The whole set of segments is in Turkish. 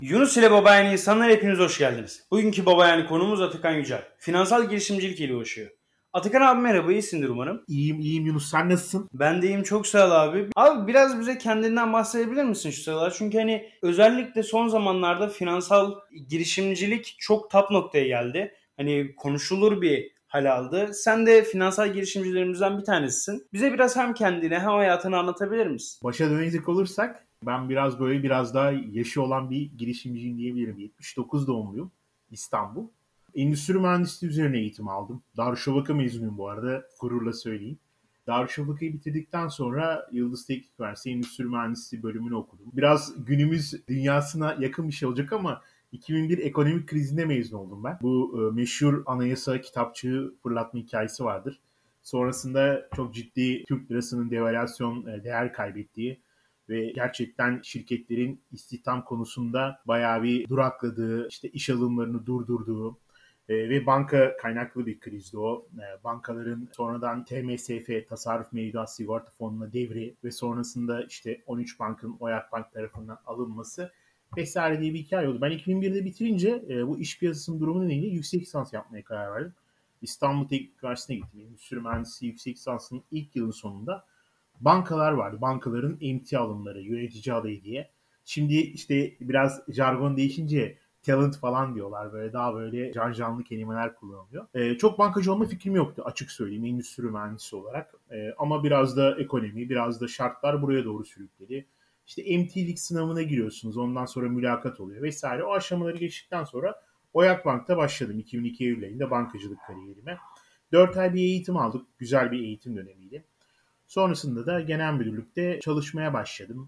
Yunus ile Babayani insanlar hepiniz hoş geldiniz. Bugünkü Babayani konumuz Atakan Yücel. Finansal girişimcilik ile uğraşıyor. Atakan abi merhaba, iyisindir umarım. İyiyim Yunus, sen nasılsın? Ben de iyiyim, çok sağ ol abi. Abi biraz bize kendinden bahsedebilir misin şu sıralar? Çünkü özellikle son zamanlarda finansal girişimcilik çok top noktaya geldi. Konuşulur bir hal aldı. Sen de finansal girişimcilerimizden bir tanesisin. Bize biraz hem kendine hem hayatını anlatabilir misin? Başa dönecek olursak ben biraz daha yaşı olan bir girişimciyim diyebilirim. 79 doğumluyum, İstanbul. Endüstri mühendisliği üzerine eğitim aldım. Darüşşafaka mezunuyum bu arada, gururla söyleyeyim. Darüşşafaka'yı bitirdikten sonra Yıldız Teknik Üniversitesi Endüstri Mühendisliği bölümünü okudum. Biraz günümüz dünyasına yakın bir şey olacak ama 2001 ekonomik krizinde mezun oldum ben. Bu meşhur anayasa kitapçığı fırlatma hikayesi vardır. Sonrasında çok ciddi Türk lirasının devalüasyon değer kaybettiği ve gerçekten şirketlerin istihdam konusunda bayağı bir durakladığı, işte iş alımlarını durdurduğu ve banka kaynaklı bir krizdi o. Bankaların sonradan TMSF, Tasarruf Mevduat Sigorta Fonu'na devri ve sonrasında işte 13 bankın Oyak Bank tarafından alınması vesaire diye bir hikaye oldu. Ben 2001'de bitirince bu iş piyasasının durumu nedeniyle yüksek lisans yapmaya karar verdim. İstanbul Teknik Üniversitesi'ne gittim. Endüstri Mühendisliği yüksek lisansının ilk yılın sonunda bankalar vardı. Bankaların emtia alımları, yönetici adayı diye. Şimdi işte biraz jargon değişince talent falan diyorlar. Böyle daha böyle canlı kelimeler kullanılıyor. Çok bankacı olma fikrim yoktu, açık söyleyeyim, endüstri mühendisi olarak. Ama biraz da ekonomi, biraz da şartlar buraya doğru sürükledi. İşte MT'lik sınavına giriyorsunuz. Ondan sonra mülakat oluyor vesaire. O aşamaları geçtikten sonra Oyak Bank'ta başladım 2002 Eylül ayında bankacılık kariyerime. 4 ay bir eğitim aldık. Güzel bir eğitim dönemiydi. Sonrasında da genel müdürlükte çalışmaya başladım.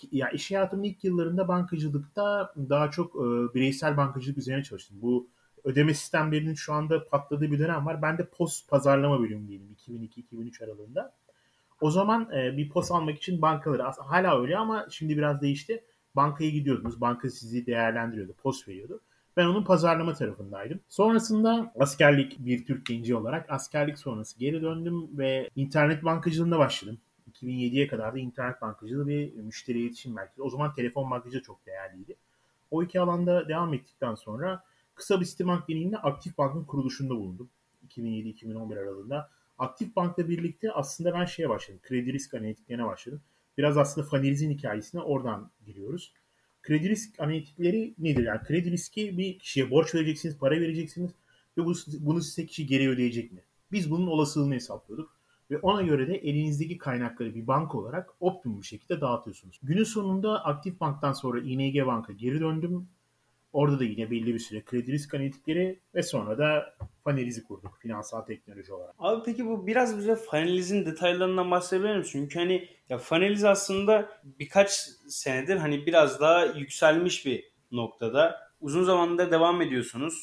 İş hayatımın ilk yıllarında bankacılıkta daha çok bireysel bankacılık üzerine çalıştım. Bu ödeme sistemlerinin şu anda patladığı bir dönem var. Ben de POS pazarlama bölümündeydim 2002-2003 aralığında. O zaman bir POS almak için bankaları, aslında hala öyle ama şimdi biraz değişti. Bankaya gidiyordunuz, banka sizi değerlendiriyordu, POS veriyordu. Ben onun pazarlama tarafındaydım. Sonrasında askerlik, bir Türk genci olarak askerlik sonrası geri döndüm ve internet bankacılığında başladım. 2007'ye kadar da internet bankacılığı ve müşteri iletişim merkezi. O zaman telefon bankacılığı çok değerliydi. O iki alanda devam ettikten sonra kısa bir Citibank deneyimle Aktif Bank'ın kuruluşunda bulundum. 2007-2011 aralığında. Aktif Bank'la birlikte aslında ben şeye başladım. Kredi risk analitiklerine başladım. Biraz aslında Faneliz'in hikayesine oradan giriyoruz. Kredi risk analitikleri nedir? Yani kredi riski, bir kişiye borç vereceksiniz, para vereceksiniz ve bunu size kişi geri ödeyecek mi? Biz bunun olasılığını hesaplıyorduk. Ve ona göre de elinizdeki kaynakları bir banka olarak optimum bir şekilde dağıtıyorsunuz. Günün sonunda Aktif Bank'tan sonra ING Bank'a geri döndüm. Orada da yine belli bir süre kredi risk analitikleri ve sonra da Faneliz'i kurduk finansal teknoloji olarak. Abi peki bu biraz bize Faneliz'in detaylarından bahsedebilir misin? Çünkü Faneliz aslında birkaç senedir biraz daha yükselmiş bir noktada. Uzun zamandır devam ediyorsunuz.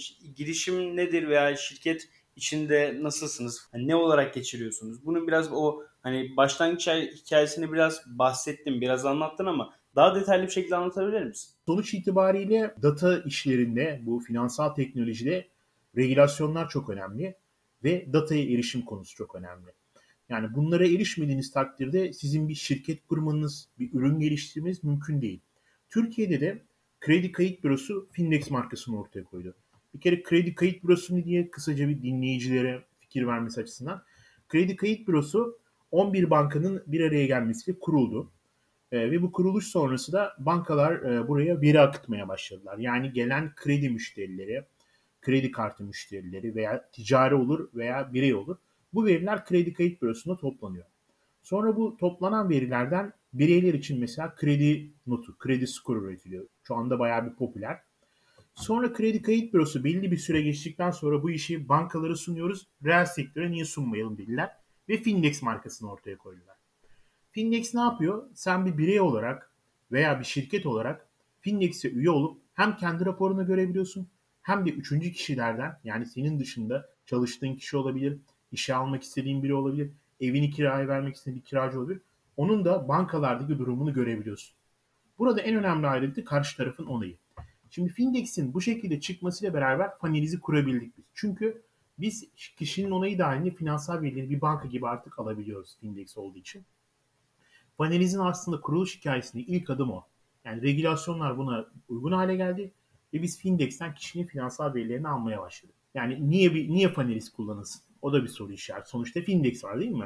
Girişim nedir veya şirket içinde nasılsınız? Ne olarak geçiriyorsunuz? Bunun biraz başlangıç hikayesini biraz bahsettin, biraz anlattın ama daha detaylı bir şekilde anlatabilir misin? Sonuç itibariyle data işlerinde, bu finansal teknolojide regülasyonlar çok önemli ve dataya erişim konusu çok önemli. Yani bunlara erişmediğiniz takdirde sizin bir şirket kurmanız, bir ürün geliştirmeniz mümkün değil. Türkiye'de de Kredi Kayıt Bürosu Findex markasını ortaya koydu. Bir kere Kredi Kayıt Bürosu ne diye kısaca bir dinleyicilere fikir vermesi açısından. Kredi Kayıt Bürosu 11 bankanın bir araya gelmesiyle kuruldu. Ve bu kuruluş sonrası da bankalar buraya veri akıtmaya başladılar. Yani gelen kredi müşterileri, kredi kartı müşterileri veya ticari olur veya birey olur. Bu veriler kredi kayıt bürosunda toplanıyor. Sonra bu toplanan verilerden bireyler için mesela kredi notu, kredi skoru üretiliyor. Şu anda bayağı bir popüler. Sonra kredi kayıt bürosu belli bir süre geçtikten sonra bu işi bankalara sunuyoruz. Reel sektöre niye sunmayalım dediler. Ve Findex markasını ortaya koydular. Findex ne yapıyor? Sen bir birey olarak veya bir şirket olarak Findex'e üye olup hem kendi raporunu görebiliyorsun hem de üçüncü kişilerden, yani senin dışında çalıştığın kişi olabilir, işe almak istediğin biri olabilir, evini kiraya vermek istediğin bir kiracı olabilir. Onun da bankalardaki durumunu görebiliyorsun. Burada en önemli ayrıntı karşı tarafın onayı. Şimdi Findex'in bu şekilde çıkmasıyla beraber Faneliz'i kurabildik biz. Çünkü biz kişinin onayı dahilinde finansal verileri bir banka gibi artık alabiliyoruz Findex olduğu için. Faneliz'in aslında kuruluş hikayesinde ilk adım o. Yani regülasyonlar buna uygun hale geldi ve biz Findex'ten kişinin finansal verilerini almaya başladık. Yani niye Fanelist kullanılsın? O da bir soru işareti. Sonuçta Findex var değil mi?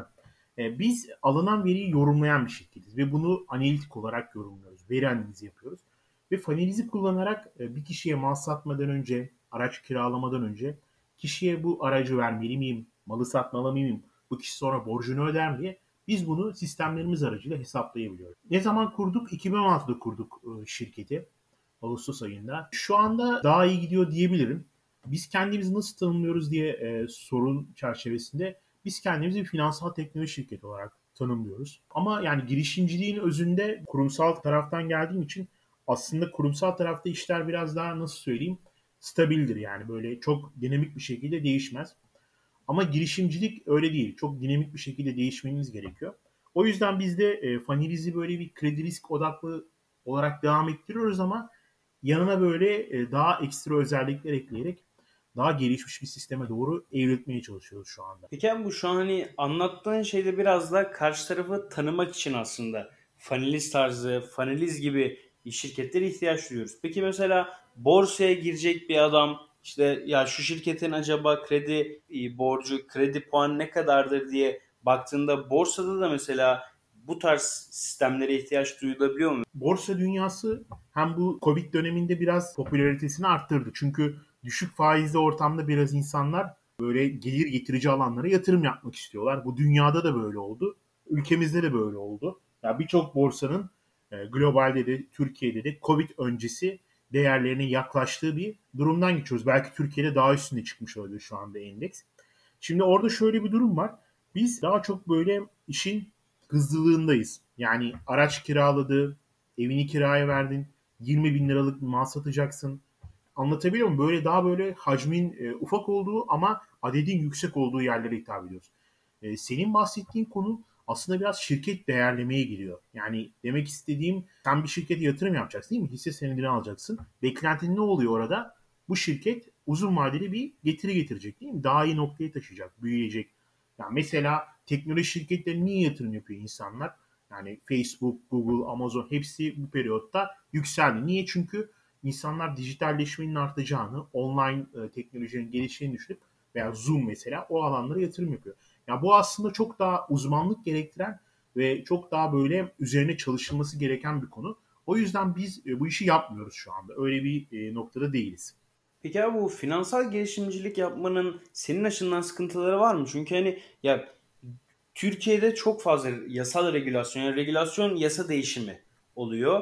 Biz alınan veriyi yorumlayan bir şirketiz ve bunu analitik olarak yorumluyoruz. Veri analizi yapıyoruz. Ve Faneliz'i kullanarak bir kişiye mal satmadan önce, araç kiralamadan önce kişiye bu aracı vermeli miyim, malı satmalı mıyım, bu kişi sonra borcunu öder mi diye biz bunu sistemlerimiz aracıyla hesaplayabiliyoruz. Ne zaman kurduk? 2016'da kurduk şirketi. Ağustos ayında. Şu anda daha iyi gidiyor diyebilirim. Biz kendimizi nasıl tanımlıyoruz diye sorun çerçevesinde biz kendimizi bir finansal teknoloji şirketi olarak tanımlıyoruz. Ama yani girişimciliğin özünde kurumsal taraftan geldiğim için aslında kurumsal tarafta işler biraz daha nasıl söyleyeyim stabildir yani böyle çok dinamik bir şekilde değişmez. Ama girişimcilik öyle değil. Çok dinamik bir şekilde değişmeniz gerekiyor. O yüzden biz de Faniliz'i böyle bir kredi risk odaklı olarak devam ettiriyoruz ama yanına böyle daha ekstra özellikler ekleyerek daha gelişmiş bir sisteme doğru evrilmeye çalışıyoruz şu anda. Peki abi bu şu an hani anlattığın şeyde biraz da karşı tarafı tanımak için aslında Faneliz tarzı, Faneliz gibi şirketlere ihtiyaç duyuyoruz. Peki mesela borsaya girecek bir adam işte ya şu şirketin acaba kredi borcu, kredi puanı ne kadardır diye baktığında borsada da mesela bu tarz sistemlere ihtiyaç duyulabiliyor mu? Borsa dünyası hem bu Covid döneminde biraz popülaritesini arttırdı. Çünkü düşük faizli ortamda biraz insanlar böyle gelir getirici alanlara yatırım yapmak istiyorlar. Bu dünyada da böyle oldu. Ülkemizde de böyle oldu. Ya birçok borsanın globalde de Türkiye'de de Covid öncesi değerlerine yaklaştığı bir durumdan geçiyoruz. Belki Türkiye'de daha üstünde çıkmış olabilir şu anda endeks. Şimdi orada şöyle bir durum var. Biz daha çok böyle işin hızlılığındayız. Yani araç kiraladı, evini kiraya verdin, 20 bin liralık bir mal satacaksın. Anlatabiliyor muyum? Böyle daha böyle hacmin ufak olduğu ama adedin yüksek olduğu yerlere hitap ediyoruz. Senin bahsettiğin konu aslında biraz şirket değerlemeye giriyor. Yani demek istediğim sen bir şirkete yatırım yapacaksın değil mi? Hisse senedini alacaksın. Beklentin ne oluyor orada? Bu şirket uzun vadeli bir getiri getirecek değil mi? Daha iyi noktaya taşıyacak, büyüyecek. Yani mesela teknoloji şirketlerine niye yatırım yapıyor insanlar? Yani Facebook, Google, Amazon hepsi bu periyotta yükseldi. Niye? Çünkü insanlar dijitalleşmenin artacağını, online teknolojinin gelişeceğini düşünüp veya Zoom mesela o alanlara yatırım yapıyor. Ya bu aslında çok daha uzmanlık gerektiren ve çok daha böyle üzerine çalışılması gereken bir konu. O yüzden biz bu işi yapmıyoruz şu anda. Öyle bir noktada değiliz. Peki abi bu finansal girişimcilik yapmanın senin açından sıkıntıları var mı? Çünkü hani ya Türkiye'de çok fazla yasal regülasyon, yani regülasyon yasa değişimi oluyor.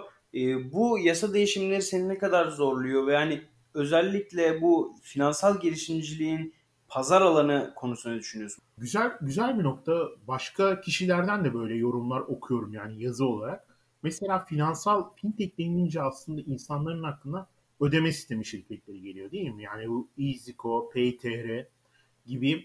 Bu yasa değişimleri seni ne kadar zorluyor ve yani özellikle bu finansal girişimciliğin pazar alanı konusunda ne düşünüyorsun? Güzel bir nokta. Başka kişilerden de böyle yorumlar okuyorum yani yazı olarak. Mesela finansal fintech denilince aslında insanların aklına ödeme sistemi şirketleri geliyor değil mi? Yani bu EasyCo, PayTR gibi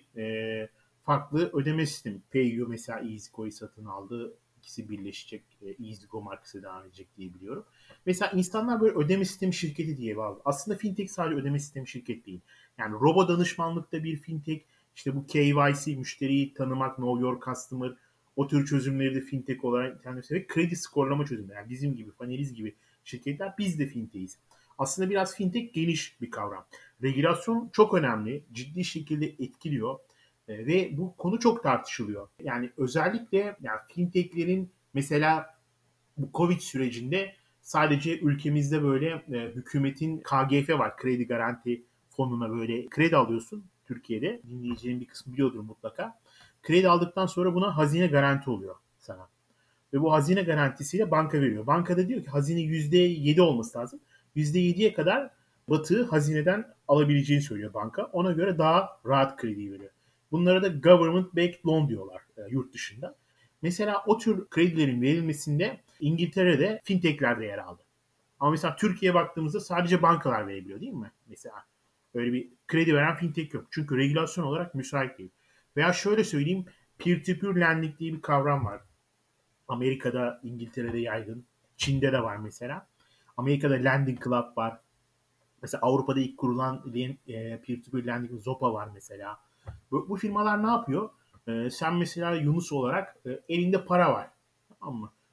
farklı ödeme sistemi. PayU mesela EasyCo'yu satın aldı. İkisi birleşecek. EasyCo markası devam edecek diye biliyorum. Mesela insanlar böyle ödeme sistemi şirketi diye bağlı. Aslında fintech sadece ödeme sistemi şirket değil. Yani robo danışmanlıkta bir fintech, işte bu KYC, müşteriyi tanımak, Know Your Customer, o tür çözümleri de fintech olarak ve kredi skorlama çözümleri. Yani bizim gibi, Faneliz gibi şirketler biz de fintechiz. Aslında biraz fintech geniş bir kavram. Regülasyon çok önemli, ciddi şekilde etkiliyor ve bu konu çok tartışılıyor. Yani özellikle yani fintechlerin mesela bu Covid sürecinde sadece ülkemizde böyle hükümetin KGF var. Kredi Garanti Fonu'na böyle kredi alıyorsun Türkiye'de. Dinleyicilerin bir kısmı biliyordur mutlaka. Kredi aldıktan sonra buna hazine garanti oluyor sana. Ve bu hazine garantisiyle banka veriyor. Banka da diyor ki hazine %7 olması lazım. %7'ye kadar batığı hazineden alabileceğini söylüyor banka. Ona göre daha rahat kredi veriyor. Bunlara da government backed loan diyorlar yurt dışında. Mesela o tür kredilerin verilmesinde İngiltere'de fintechler de yer aldı. Ama mesela Türkiye'ye baktığımızda sadece bankalar verebiliyor değil mi? Mesela öyle bir kredi veren fintech yok. Çünkü regülasyon olarak müsait değil. Veya şöyle söyleyeyim, peer-to-peer lending diye bir kavram var. Amerika'da, İngiltere'de yaygın. Çin'de de var mesela. Amerika'da Lending Club var. Mesela Avrupa'da ilk kurulan peer-to-peer lending Zopa var mesela. Bu firmalar ne yapıyor? Sen mesela Yunus olarak elinde para var. Tamam mı?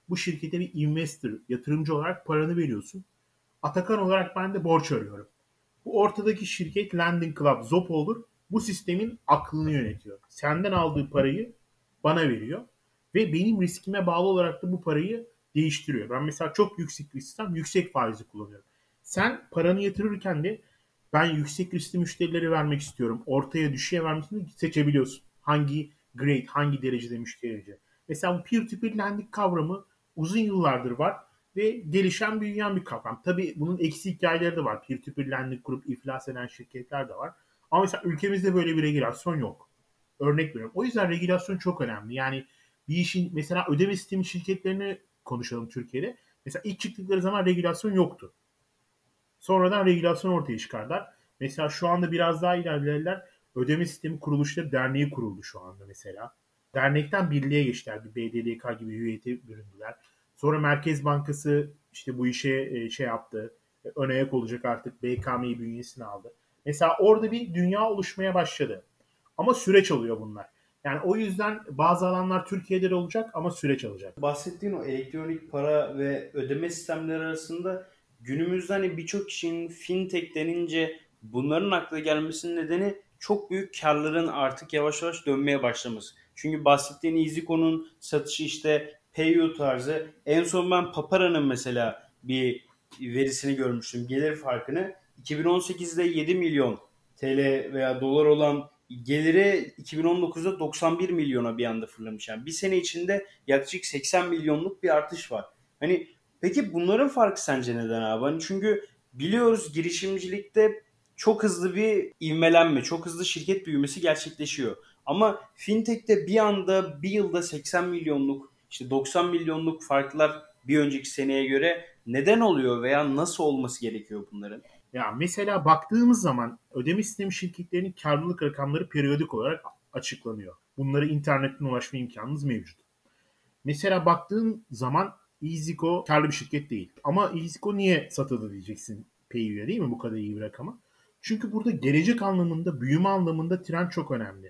Bu şirkete bir investor, yatırımcı olarak paranı veriyorsun. Atakan olarak ben de borç arıyorum. Bu ortadaki şirket Lending Club, ZOP olur. Bu sistemin aklını yönetiyor. Senden aldığı parayı bana veriyor. Ve benim riskime bağlı olarak da bu parayı değiştiriyor. Ben mesela çok yüksek risksem yüksek faizi kullanıyorum. Sen paranı yatırırken de ben yüksek riskli müşterilere vermek istiyorum, ortaya düşüğe vermek istiyorum, seçebiliyorsun. Hangi grade, hangi derecede müşteri. Mesela bu peer-to-peer lending kavramı uzun yıllardır var ve gelişen, büyüyen bir kavram. Tabii bunun eksi hikayeleri de var. Peer-to-peer lending kurup iflas eden şirketler de var. Ama mesela ülkemizde böyle bir regülasyon yok. Örnek veriyorum. O yüzden regülasyon çok önemli. Yani bir işin mesela ödeme sistemi şirketlerini konuşalım Türkiye'de. Mesela ilk çıktıkları zaman regülasyon yoktu. Sonradan regülasyon ortaya çıkardılar. Mesela şu anda biraz daha ilerlediler. Ödeme sistemi kuruluşları derneği kuruldu şu anda mesela. Dernekten birliğe geçtiler. Bir BDDK gibi hüviyete büründüler. Sonra Merkez Bankası işte bu işe şey yaptı. Ön ayak olacak artık. BKM'yi bünyesine aldı. Mesela orada bir dünya oluşmaya başladı. Ama süreç alıyor bunlar. Yani o yüzden bazı alanlar Türkiye'de de olacak ama süreç alacak. Bahsettiğin o elektronik para ve ödeme sistemleri arasında günümüzde hani birçok kişinin fintech denince bunların akla gelmesinin nedeni çok büyük karların artık yavaş yavaş dönmeye başlaması. Çünkü bahsettiğin EasyCo'nun satışı işte PayU tarzı. En son ben Papara'nın mesela bir verisini görmüştüm. Gelir farkını 2018'de 7 milyon TL veya dolar olan geliri 2019'da 91 milyona bir anda fırlamış. Yani bir sene içinde yaklaşık 80 milyonluk bir artış var. Hani peki bunların farkı sence neden abi? Hani çünkü biliyoruz girişimcilikte çok hızlı bir ivmelenme, çok hızlı şirket büyümesi gerçekleşiyor. Ama fintech'te bir anda bir yılda 80 milyonluk, işte 90 milyonluk farklar bir önceki seneye göre neden oluyor veya nasıl olması gerekiyor bunların? Ya mesela baktığımız zaman ödeme sistemi şirketlerinin karlılık rakamları periyodik olarak açıklanıyor. Bunlara internetten ulaşma imkanınız mevcut. Mesela baktığın zaman EasyCo karlı bir şirket değil. Ama EasyCo niye satıldı diyeceksin PayU'ya, değil mi, bu kadar iyi bir rakama? Çünkü burada gelecek anlamında, büyüme anlamında trend çok önemli.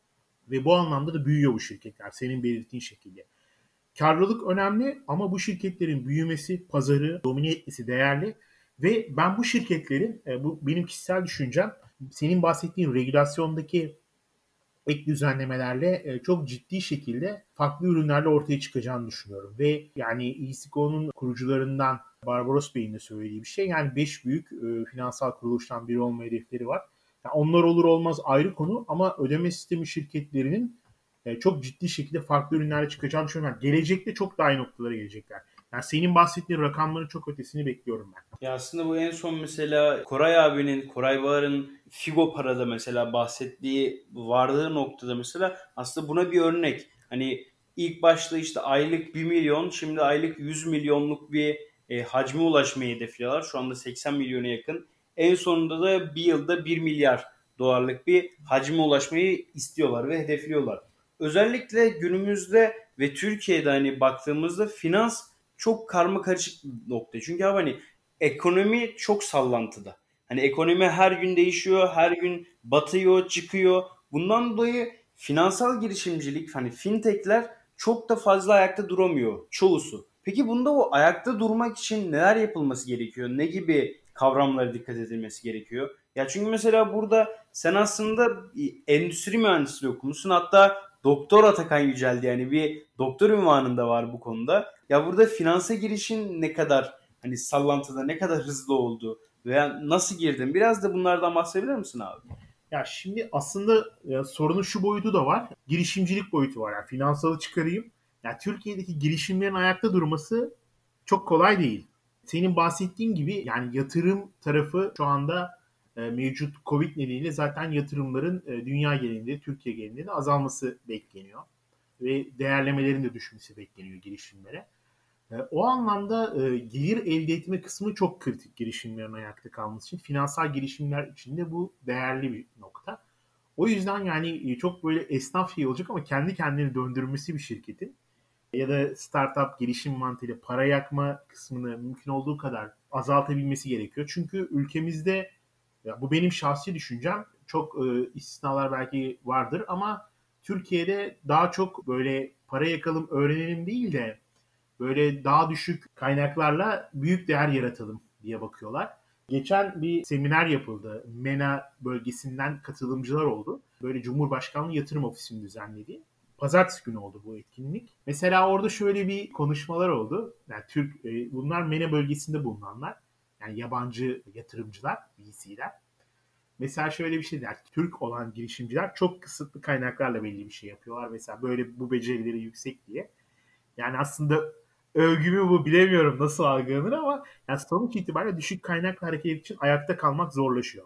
Ve bu anlamda da büyüyor bu şirketler senin belirttiğin şekilde. Karlılık önemli ama bu şirketlerin büyümesi, pazarı domine etmesi değerli. Ve ben bu şirketlerin, bu benim kişisel düşüncem, senin bahsettiğin regülasyondaki ek düzenlemelerle çok ciddi şekilde farklı ürünlerle ortaya çıkacağını düşünüyorum. Ve yani EasyCo'nun kurucularından Barbaros Bey'in de söylediği bir şey. Yani 5 büyük finansal kuruluştan biri olma hedefleri var. Yani onlar olur olmaz ayrı konu ama ödeme sistemi şirketlerinin çok ciddi şekilde farklı ürünlerle çıkacağını düşünüyorum. Yani gelecekte çok daha iyi noktalara gelecekler. Yani senin bahsettiğin rakamların çok ötesini bekliyorum ben. Ya aslında bu en son mesela Koray abinin, Koray Bağır'ın Figo Para'da mesela bahsettiği vardığı noktada mesela aslında buna bir örnek. Hani ilk başta işte aylık 1 milyon, şimdi aylık 100 milyonluk bir hacme ulaşmayı hedefliyorlar. Şu anda 80 milyona yakın. En sonunda da bir yılda 1 milyar dolarlık bir hacme ulaşmayı istiyorlar ve hedefliyorlar. Özellikle günümüzde ve Türkiye'de hani baktığımızda finans çok karma karışık bir nokta. Çünkü abi hani ekonomi çok sallantıda. Hani ekonomi her gün değişiyor, her gün batıyor, çıkıyor. Bundan dolayı finansal girişimcilik, hani fintechler çok da fazla ayakta duramıyor çoğusu. Peki bunda o ayakta durmak için neler yapılması gerekiyor? Ne gibi kavramlara dikkat edilmesi gerekiyor? Ya çünkü mesela burada sen aslında endüstri mühendisliği okumuşsun. Hatta Doktor Atakan Yücel'di, yani bir doktor ünvanın da var bu konuda. Ya burada finansa girişin ne kadar hani sallantıda, ne kadar hızlı oldu veya nasıl girdin? Biraz da bunlardan bahsedebilir misin abi? Ya şimdi aslında sorunun şu boyutu da var. Girişimcilik boyutu var. Yani finansalı çıkarayım. Ya Türkiye'deki girişimlerin ayakta durması çok kolay değil. Senin bahsettiğin gibi yani yatırım tarafı şu anda mevcut Covid nedeniyle zaten yatırımların dünya genelinde, Türkiye genelinde de azalması bekleniyor. Ve değerlemelerin de düşmesi bekleniyor girişimlere. O anlamda gelir elde etme kısmı çok kritik girişimlerin ayakta kalması için. Finansal girişimler için de bu değerli bir nokta. O yüzden yani çok böyle esnaf şey olacak ama kendi kendini döndürmesi bir şirketin ya da startup girişim mantığıyla para yakma kısmını mümkün olduğu kadar azaltabilmesi gerekiyor. Çünkü ülkemizde, ya bu benim şahsi düşüncem, çok istisnalar belki vardır ama Türkiye'de daha çok böyle para yakalım öğrenelim değil de böyle daha düşük kaynaklarla büyük değer yaratalım diye bakıyorlar. Geçen bir seminer yapıldı. MENA bölgesinden katılımcılar oldu. Böyle Cumhurbaşkanlığı Yatırım Ofisi'nin düzenlediği. Pazartesi günü oldu bu etkinlik. Mesela orada şöyle bir konuşmalar oldu. Yani bunlar MENA bölgesinde bulunanlar. Yani yabancı yatırımcılar, VC'ler. Mesela şöyle bir şey der. Türk olan girişimciler çok kısıtlı kaynaklarla belli bir şey yapıyorlar. Mesela böyle bu becerileri yüksek diye. Yani aslında övgü mü bu bilemiyorum nasıl algılanır ama yani sonuç itibariyle düşük kaynakla hareket için ayakta kalmak zorlaşıyor.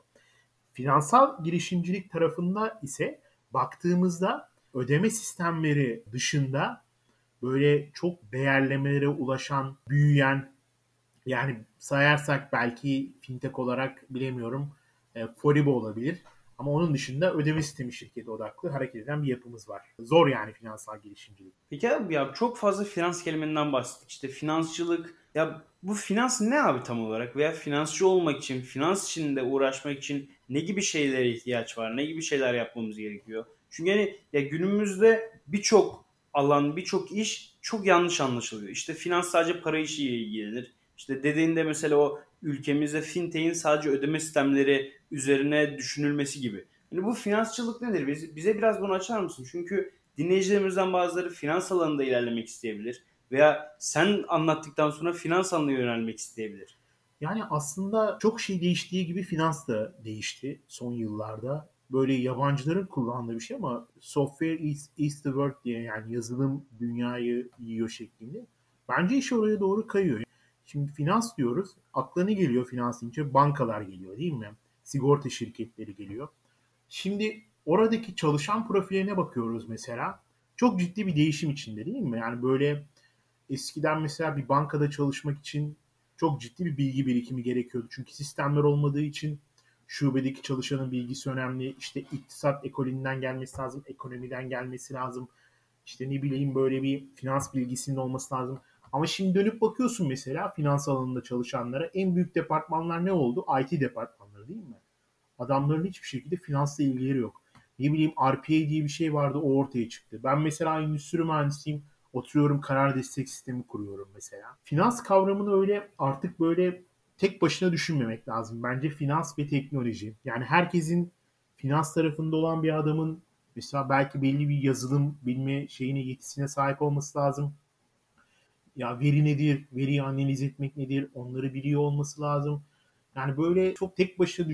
Finansal girişimcilik tarafında ise baktığımızda ödeme sistemleri dışında böyle çok değerlemelere ulaşan, büyüyen, yani sayarsak belki fintech olarak bilemiyorum, Foribo olabilir. Ama onun dışında ödeme sistemi şirketi odaklı hareket eden bir yapımız var. Zor yani finansal girişimcilik. Peki abi ya çok fazla finans kelimesinden bahsettik. İşte finansçılık. Ya bu finans ne abi tam olarak? Veya finansçı olmak için, finans içinde uğraşmak için ne gibi şeylere ihtiyaç var? Ne gibi şeyler yapmamız gerekiyor? Çünkü hani ya günümüzde birçok alan, birçok iş çok yanlış anlaşılıyor. İşte finans sadece para işiyle ilgilenir. İşte dediğinde mesela o ülkemizde fintech'in sadece ödeme sistemleri üzerine düşünülmesi gibi. Yani bu finansçılık nedir? Bize biraz bunu açar mısın? Çünkü dinleyicilerimizden bazıları finans alanında ilerlemek isteyebilir veya sen anlattıktan sonra finans alanına yönelmek isteyebilir. Yani aslında çok şey değiştiği gibi finans da değişti son yıllarda. Böyle yabancıların kullandığı bir şey ama software is the world diye, yani yazılım dünyayı yiyor şeklinde. Bence iş oraya doğru kayıyor. Şimdi finans diyoruz. Akla ne geliyor finans deyince? Bankalar geliyor değil mi? Sigorta şirketleri geliyor. Şimdi oradaki çalışan profiline bakıyoruz mesela. Çok ciddi bir değişim içinde değil mi? Yani böyle eskiden mesela bir bankada çalışmak için çok ciddi bir bilgi birikimi gerekiyordu. Çünkü sistemler olmadığı için şubedeki çalışanın bilgisi önemli. İşte iktisat ekolünden gelmesi lazım, ekonomiden gelmesi lazım. İşte ne bileyim böyle bir finans bilgisinin olması lazım. Ama şimdi dönüp bakıyorsun mesela finans alanında çalışanlara, en büyük departmanlar ne oldu? IT departmanları değil mi? Adamların hiçbir şekilde finansla ilgileri yok. Ne bileyim RPA diye bir şey vardı, o ortaya çıktı. Ben mesela endüstri mühendisiyim. Oturuyorum karar destek sistemi kuruyorum mesela. Finans kavramını öyle artık böyle tek başına düşünmemek lazım. Bence finans ve teknoloji. Yani herkesin finans tarafında olan bir adamın mesela belki belli bir yazılım bilme şeyine, yetisine sahip olması lazım. Ya veri nedir, veriyi analiz etmek nedir, onları biliyor olması lazım. Yani böyle çok tek başına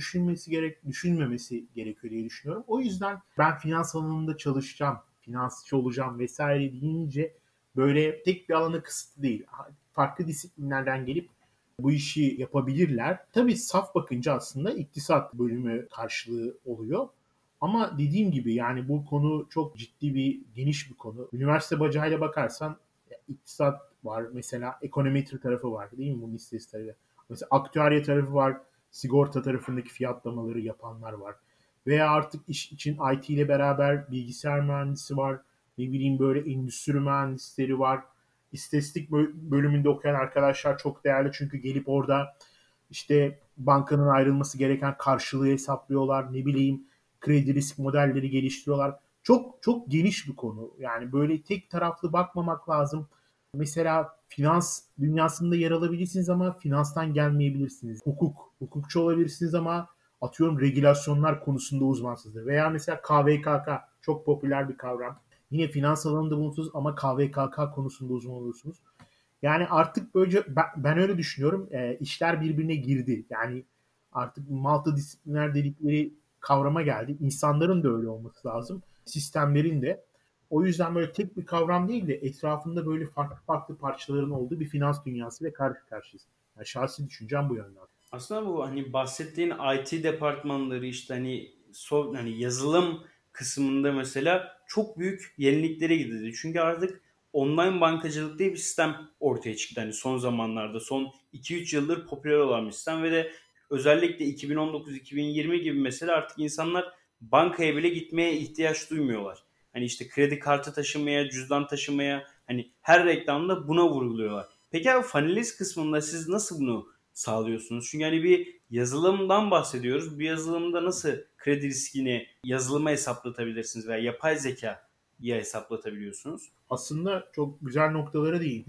düşünmemesi gerekiyor diye düşünüyorum. O yüzden ben finans alanında çalışacağım, finansçı olacağım vesaire deyince böyle tek bir alana kısıtlı değil. Farklı disiplinlerden gelip bu işi yapabilirler. Tabii saf bakınca aslında iktisat bölümü karşılığı oluyor. Ama dediğim gibi yani bu konu çok ciddi bir geniş bir konu. Üniversite bacağıyla bakarsan iktisat var. Mesela ekonometri tarafı var değil mi bunun istatistikleri? Mesela aktüarya tarafı var. Sigorta tarafındaki fiyatlamaları yapanlar var. Veya artık iş için IT ile beraber bilgisayar mühendisi var. Ne bileyim böyle endüstri mühendisleri var. İstatistik bölümünde okuyan arkadaşlar çok değerli çünkü gelip orada işte bankanın ayrılması gereken karşılığı hesaplıyorlar. Ne bileyim kredi risk modelleri geliştiriyorlar. Çok çok geniş bir konu. Yani böyle tek taraflı bakmamak lazım. Mesela finans dünyasında yer alabilirsiniz ama finanstan gelmeyebilirsiniz. Hukukçu olabilirsiniz ama atıyorum regülasyonlar konusunda uzmansızdır. Veya mesela KVKK çok popüler bir kavram. Yine finans alanında bulunursunuz ama KVKK konusunda uzman olursunuz. Yani artık böyle ben öyle düşünüyorum. İşler birbirine girdi. Yani artık multidisipliner dedikleri kavrama geldi. İnsanların da öyle olması lazım. Sistemlerin de. O yüzden böyle tek bir kavram değil de etrafında böyle farklı farklı parçaların olduğu bir finans dünyasıyla karşı karşıyayız. Yani şahsi düşüncem bu yönden. Aslında bu hani bahsettiğin IT departmanları işte hani hani yazılım kısmında mesela çok büyük yeniliklere gidildi. Çünkü artık online bankacılık diye bir sistem ortaya çıktı. Hani son zamanlarda son 2-3 yıldır popüler olan bir sistem ve de özellikle 2019-2020 gibi mesela artık insanlar bankaya bile gitmeye ihtiyaç duymuyorlar. Hani işte kredi kartı taşımaya, cüzdan taşımaya hani her reklamda buna vurguluyorlar. Peki abi Faniliz kısmında siz nasıl bunu sağlıyorsunuz? Çünkü hani bir yazılımdan bahsediyoruz. Bu yazılımda nasıl kredi riskini yazılıma hesaplatabilirsiniz veya yapay zekaya hesaplatabiliyorsunuz? Aslında çok güzel noktalara değindi.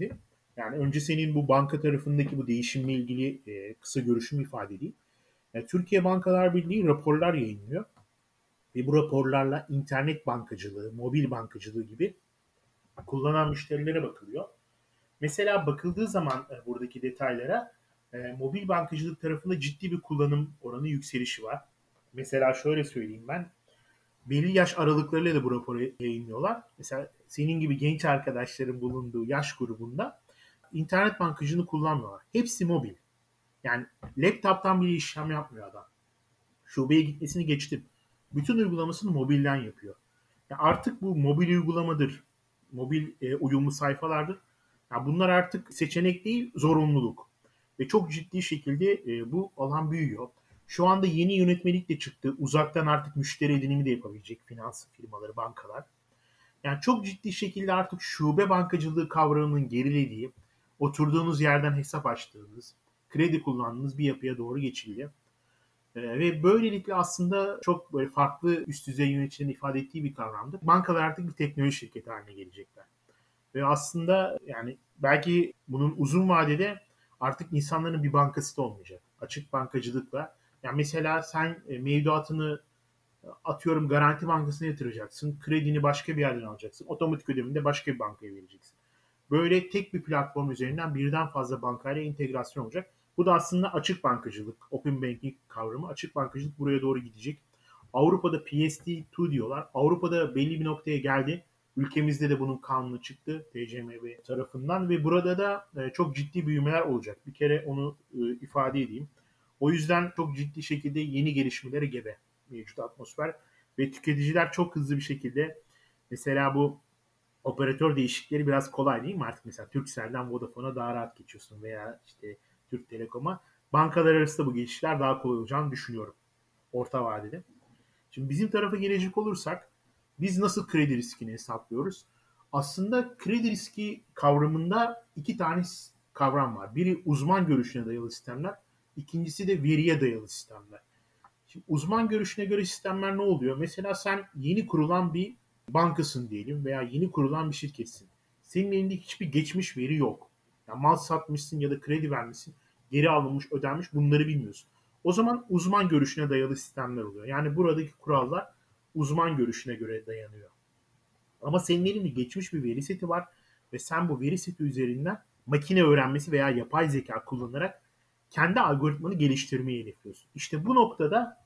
Yani önce senin bu banka tarafındaki bu değişimle ilgili kısa görüşümü ifade edeyim. Türkiye Bankalar Birliği raporlar yayınlıyor ve bu raporlarla internet bankacılığı, mobil bankacılığı gibi kullanan müşterilere bakılıyor. Mesela bakıldığı zaman buradaki detaylara mobil bankacılık tarafında ciddi bir kullanım oranı yükselişi var. Mesela şöyle söyleyeyim ben. Belli yaş aralıklarıyla da bu raporu yayınlıyorlar. Mesela senin gibi genç arkadaşların bulunduğu yaş grubunda internet bankacılığını kullanmıyorlar. Hepsi mobil. Yani laptop'tan bile işlem yapmıyor adam. Şubeye gitmesini geçtim. Bütün uygulamasını mobilden yapıyor. Ya artık bu mobil uygulamadır, mobil uyumlu sayfalardır. Ya bunlar artık seçenek değil, zorunluluk. Ve çok ciddi şekilde bu alan büyüyor. Şu anda yeni yönetmelik de çıktı. Uzaktan artık müşteri edinimi de yapabilecek finans firmaları, bankalar. Yani çok ciddi şekilde artık şube bankacılığı kavramının gerilediği, oturduğunuz yerden hesap açtığınız, kredi kullandığınız bir yapıya doğru geçildi. Ve böylelikle aslında çok böyle farklı üst düzey yöneticilerin ifade ettiği bir kavramdı. Bankalar artık bir teknoloji şirketi haline gelecekler. Ve aslında yani belki bunun uzun vadede artık insanların bir bankası da olmayacak. Açık bankacılıkla. Yani mesela sen mevduatını atıyorum Garanti Bankası'na yatıracaksın. Kredini başka bir yerden alacaksın. Otomatik ödemini de başka bir bankaya vereceksin. Böyle tek bir platform üzerinden birden fazla bankayla entegrasyon olacak. Bu da aslında açık bankacılık, open banking kavramı. Açık bankacılık buraya doğru gidecek. Avrupa'da PSD2 diyorlar. Avrupa'da belli bir noktaya geldi. Ülkemizde de bunun kanunu çıktı TCMB tarafından ve burada da çok ciddi büyümeler olacak. Bir kere onu ifade edeyim. O yüzden çok ciddi şekilde yeni gelişmelere gebe mevcut atmosfer ve tüketiciler çok hızlı bir şekilde mesela bu operatör değişiklikleri biraz kolay değil mi? Artık mesela Turkcell'den Vodafone'a daha rahat geçiyorsun veya işte Türk Telekom'a. Bankalar arasında bu geçişler daha kolay olacağını düşünüyorum orta vadede. Şimdi bizim tarafa gelecek olursak biz nasıl kredi riskini hesaplıyoruz? Aslında kredi riski kavramında iki tane kavram var. Biri uzman görüşüne dayalı sistemler, ikincisi de veriye dayalı sistemler. Şimdi uzman görüşüne göre sistemler ne oluyor? Mesela sen yeni kurulan bir bankasın diyelim veya yeni kurulan bir şirketsin. Senin elinde hiçbir geçmiş veri yok. Yani mal satmışsın ya da kredi vermişsin, geri alınmış, ödenmiş bunları bilmiyorsun. O zaman uzman görüşüne dayalı sistemler oluyor. Yani buradaki kurallar uzman görüşüne göre dayanıyor. Ama senin elinde geçmiş bir veri seti var ve sen bu veri seti üzerinden makine öğrenmesi veya yapay zeka kullanarak kendi algoritmanı geliştirmeyi hedefliyorsun. İşte bu noktada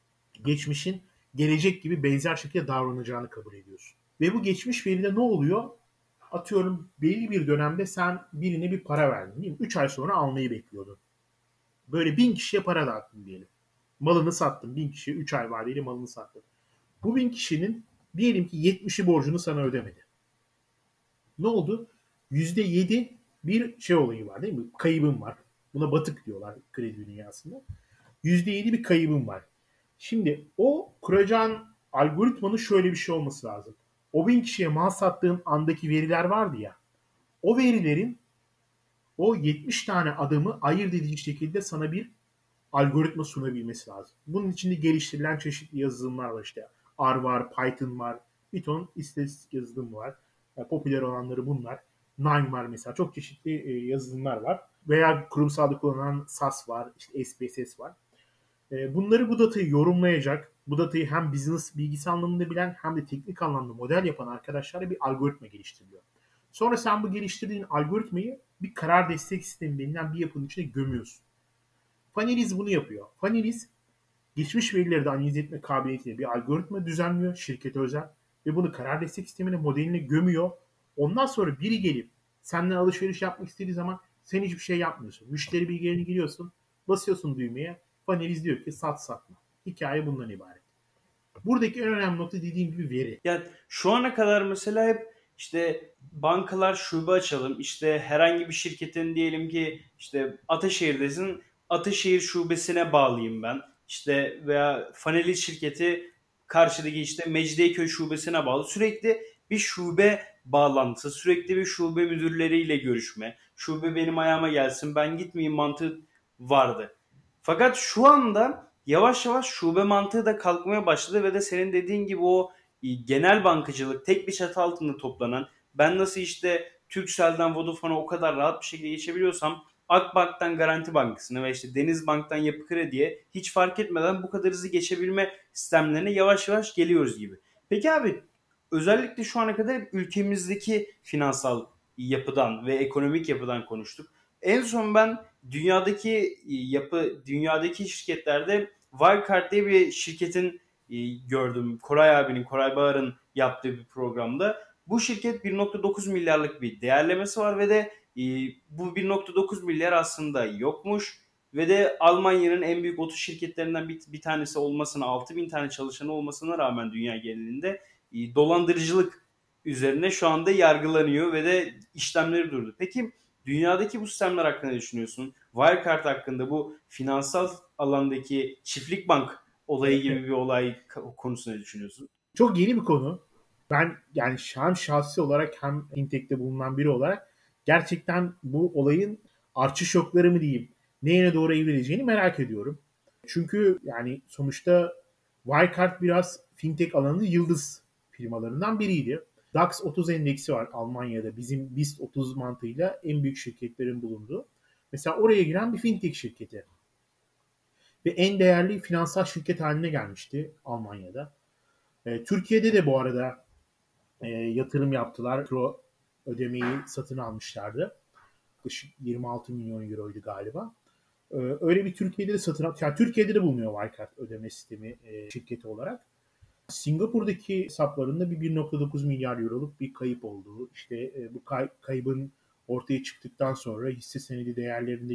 geçmişin gelecek gibi benzer şekilde davranacağını kabul ediyorsun. Ve bu geçmiş veride ne oluyor? Atıyorum belli bir dönemde sen birine bir para verdin değil mi? 3 ay sonra almayı bekliyordun. Böyle 1000 kişiye para dağıttın diyelim. Malını sattın. 1000 kişiye 3 ay vadeyle malını sattın. Bu 1000 kişinin diyelim ki 70'i borcunu sana ödemedi. Ne oldu? %7 bir şey olayı var değil mi? Kaybın var. Buna batık diyorlar kredi dünyasında. %7 bir kaybın var. Şimdi o kuracağın algoritmanın şöyle bir şey olması lazım. O 1000 kişiye mal sattığın andaki veriler vardı ya. O verilerin o 70 tane adımı ayırt edici şekilde sana bir algoritma sunabilmesi lazım. Bunun içinde geliştirilen çeşitli yazılımlar var işte. R var, Python var, bir ton istatistik yazılımı var. Yani popüler olanları bunlar. Nine var mesela. Çok çeşitli yazılımlar var. Veya kurumsalda kullanılan SAS var, işte SPSS var. Bunları bu datayı yorumlayacak, bu datayı hem business bilgisi anlamında bilen hem de teknik anlamda model yapan arkadaşlara bir algoritma geliştiriliyor. Sonra sen bu geliştirdiğin algoritmayı bir karar destek sistemi denilen bir yapının içine gömüyorsun. Faneliz bunu yapıyor. Faneliz geçmiş verileri de analiz etme kabiliyetiyle bir algoritma düzenliyor şirkete özel ve bunu karar destek sistemine modeline gömüyor. Ondan sonra biri gelip senden alışveriş yapmak istediği zaman sen hiçbir şey yapmıyorsun. Müşteri bilgilerini giriyorsun, basıyorsun düğmeye. Faneliz diyor ki sat satma. Hikaye bundan ibaret. Buradaki en önemli nokta dediğim gibi veri. Yani şu ana kadar mesela hep işte bankalar şube açalım. İşte herhangi bir şirketin diyelim ki işte Ataşehir'desin. Ataşehir şubesine bağlayayım ben. İşte veya Faneli şirketi karşıdaki işte Mecidiyeköy şubesine bağlı. Sürekli bir şube bağlantısı, sürekli bir şube müdürleriyle görüşme. Şube benim ayağıma gelsin, ben gitmeyeyim mantığı vardı. Fakat şu anda yavaş yavaş şube mantığı da kalkmaya başladı ve de senin dediğin gibi o genel bankacılık tek bir çatı altında toplanan ben nasıl işte Turkcell'den Vodafone'a o kadar rahat bir şekilde geçebiliyorsam Akbank'tan Garanti Bankası'na ve işte Denizbank'tan Yapı Kredi'ye hiç fark etmeden bu kadar hızlı geçebilme sistemlerine yavaş yavaş geliyoruz gibi. Peki abi, özellikle şu ana kadar hep ülkemizdeki finansal yapıdan ve ekonomik yapıdan konuştuk. En son ben dünyadaki şirketlerde Wirecard diye bir şirketin gördüm. Koray Bağır'ın yaptığı bir programda. Bu şirket 1,9 milyarlık bir değerlemesi var ve de bu 1,9 milyar aslında yokmuş ve de Almanya'nın en büyük oto şirketlerinden bir tanesi olmasına, 6.000 tane çalışanı olmasına rağmen dünya genelinde dolandırıcılık üzerine şu anda yargılanıyor ve de işlemleri durdu. Peki dünyadaki bu sistemler hakkında ne düşünüyorsun? Wirecard hakkında, bu finansal alandaki çiftlik bank olayı gibi bir olay konusunda ne düşünüyorsun? Çok yeni bir konu. Ben yani hem şahsi olarak hem fintech'te bulunan biri olarak gerçekten bu olayın artçı şokları mı diyeyim, neye doğru evrileceğini merak ediyorum. Çünkü yani sonuçta Wirecard biraz fintech alanının yıldız firmalarından biriydi. DAX 30 endeksi var Almanya'da. Bizim BIST 30 mantığıyla en büyük şirketlerin bulunduğu. Mesela oraya giren bir fintech şirketi. Ve en değerli finansal şirket haline gelmişti Almanya'da. Türkiye'de de bu arada yatırım yaptılar. Metro ödemeyi satın almışlardı. Yaklaşık 26 milyon euroydu galiba. Öyle bir Türkiye'de de yani Türkiye'de de bulunuyor Wirecard ödeme sistemi şirketi olarak. Singapur'daki hesaplarında bir 1,9 milyar euroluk bir kayıp olduğu, işte bu kaybın ortaya çıktıktan sonra hisse senedi değerlerinde